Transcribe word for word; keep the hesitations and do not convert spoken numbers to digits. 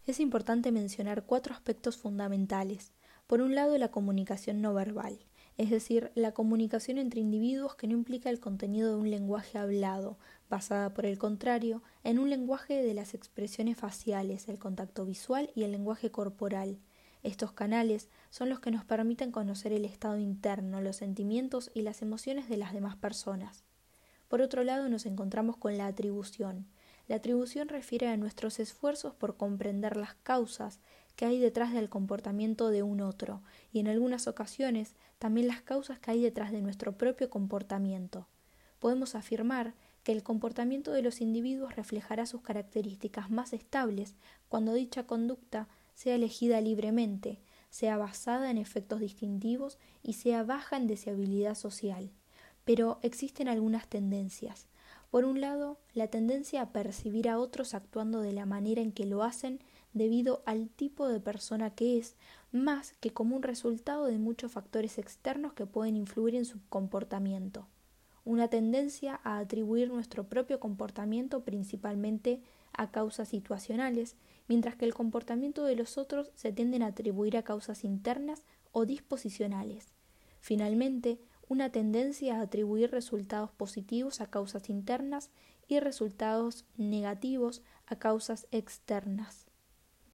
Es importante mencionar cuatro aspectos fundamentales. Por un lado, la comunicación no verbal, es decir, la comunicación entre individuos que no implica el contenido de un lenguaje hablado, basada, por el contrario, en un lenguaje de las expresiones faciales, el contacto visual y el lenguaje corporal. Estos canales son los que nos permiten conocer el estado interno, los sentimientos y las emociones de las demás personas. Por otro lado, nos encontramos con la atribución. La atribución refiere a nuestros esfuerzos por comprender las causas que hay detrás del comportamiento de un otro y en algunas ocasiones también las causas que hay detrás de nuestro propio comportamiento. Podemos afirmar que el comportamiento de los individuos reflejará sus características más estables cuando dicha conducta sea elegida libremente, sea basada en efectos distintivos y sea baja en deseabilidad social. Pero existen algunas tendencias. Por un lado, la tendencia a percibir a otros actuando de la manera en que lo hacen debido al tipo de persona que es, más que como un resultado de muchos factores externos que pueden influir en su comportamiento. Una tendencia a atribuir nuestro propio comportamiento principalmente a causas situacionales, mientras que el comportamiento de los otros se tienden a atribuir a causas internas o disposicionales. Finalmente, una tendencia a atribuir resultados positivos a causas internas y resultados negativos a causas externas.